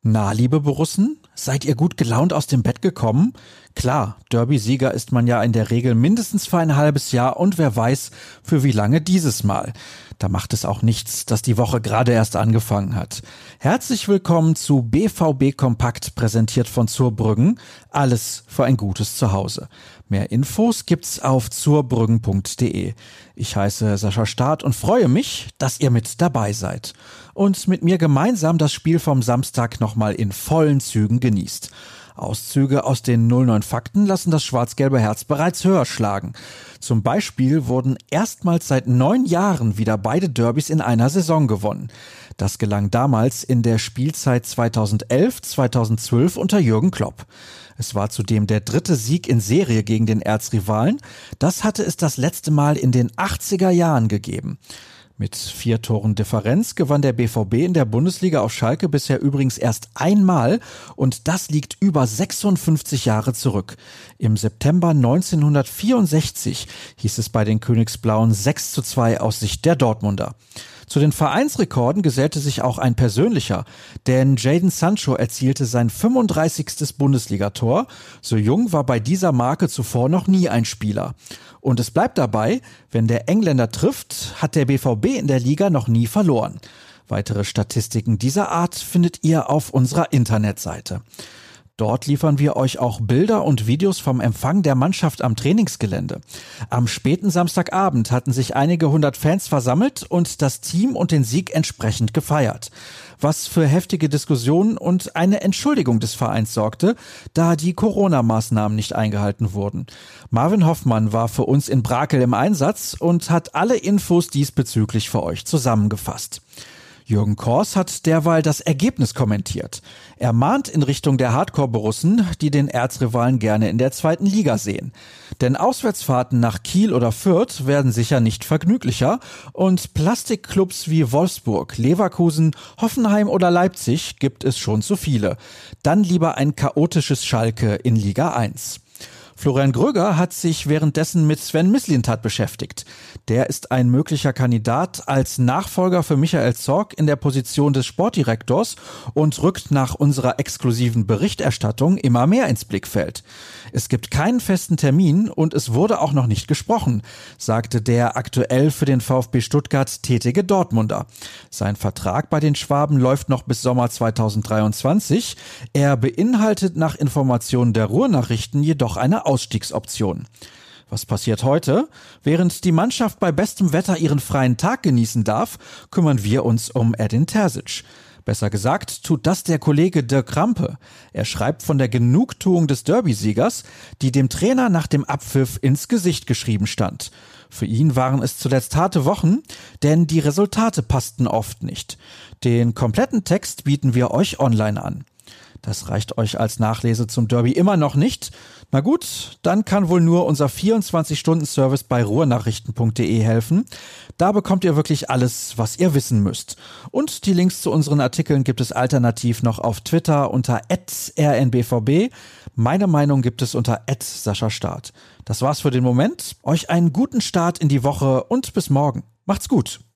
Na, liebe Borussen, seid ihr gut gelaunt aus dem Bett gekommen? Klar, Derby-Sieger ist man ja in der Regel mindestens für ein halbes Jahr und wer weiß, für wie lange dieses Mal. Da macht es auch nichts, dass die Woche gerade erst angefangen hat. Herzlich willkommen zu BVB Kompakt, präsentiert von Zurbrüggen. Alles für ein gutes Zuhause. Mehr Infos gibt's auf zurbrüggen.de. Ich heiße Sascha Staat und freue mich, dass ihr mit dabei seid. Und mit mir gemeinsam das Spiel vom Samstag nochmal in vollen Zügen genießt. Auszüge aus den 09 Fakten lassen das schwarz-gelbe Herz bereits höher schlagen. Zum Beispiel wurden erstmals seit 9 Jahren wieder beide Derbys in einer Saison gewonnen. Das gelang damals in der Spielzeit 2011/2012 unter Jürgen Klopp. Es war zudem der 3. Sieg in Serie gegen den Erzrivalen. Das hatte es das letzte Mal in den 80er Jahren gegeben. Mit 4 Toren Differenz gewann der BVB in der Bundesliga auf Schalke bisher übrigens erst einmal und das liegt über 56 Jahre zurück. Im September 1964 hieß es bei den Königsblauen 6:2 aus Sicht der Dortmunder. Zu den Vereinsrekorden gesellte sich auch ein persönlicher, denn Jadon Sancho erzielte sein 35. Bundesligator. So jung war bei dieser Marke zuvor noch nie ein Spieler. Und es bleibt dabei, wenn der Engländer trifft, hat der BVB in der Liga noch nie verloren. Weitere Statistiken dieser Art findet ihr auf unserer Internetseite. Dort liefern wir euch auch Bilder und Videos vom Empfang der Mannschaft am Trainingsgelände. Am späten Samstagabend hatten sich einige hundert Fans versammelt und das Team und den Sieg entsprechend gefeiert. Was für heftige Diskussionen und eine Entschuldigung des Vereins sorgte, da die Corona-Maßnahmen nicht eingehalten wurden. Marvin Hoffmann war für uns in Brakel im Einsatz und hat alle Infos diesbezüglich für euch zusammengefasst. Jürgen Kors hat derweil das Ergebnis kommentiert. Er mahnt in Richtung der Hardcore-Borussen, die den Erzrivalen gerne in der 2. Liga sehen. Denn Auswärtsfahrten nach Kiel oder Fürth werden sicher nicht vergnüglicher und Plastikclubs wie Wolfsburg, Leverkusen, Hoffenheim oder Leipzig gibt es schon zu viele. Dann lieber ein chaotisches Schalke in Liga 1. Florian Gröger hat sich währenddessen mit Sven Mislintat beschäftigt. Der ist ein möglicher Kandidat als Nachfolger für Michael Zorc in der Position des Sportdirektors und rückt nach unserer exklusiven Berichterstattung immer mehr ins Blickfeld. Es gibt keinen festen Termin und es wurde auch noch nicht gesprochen, sagte der aktuell für den VfB Stuttgart tätige Dortmunder. Sein Vertrag bei den Schwaben läuft noch bis Sommer 2023. Er beinhaltet nach Informationen der Ruhrnachrichten jedoch eine Ausstiegsoption. Was passiert heute? Während die Mannschaft bei bestem Wetter ihren freien Tag genießen darf, kümmern wir uns um Edin Terzic. Besser gesagt, tut das der Kollege Dirk Krampe. Er schreibt von der Genugtuung des Derby-Siegers, die dem Trainer nach dem Abpfiff ins Gesicht geschrieben stand. Für ihn waren es zuletzt harte Wochen, denn die Resultate passten oft nicht. Den kompletten Text bieten wir euch online an. Das reicht euch als Nachlese zum Derby immer noch nicht? Na gut, dann kann wohl nur unser 24-Stunden-Service bei ruhrnachrichten.de helfen. Da bekommt ihr wirklich alles, was ihr wissen müsst. Und die Links zu unseren Artikeln gibt es alternativ noch auf Twitter unter @rnbvb. Meine Meinung gibt es unter @SaschaStaat. Das war's für den Moment. Euch einen guten Start in die Woche und bis morgen. Macht's gut.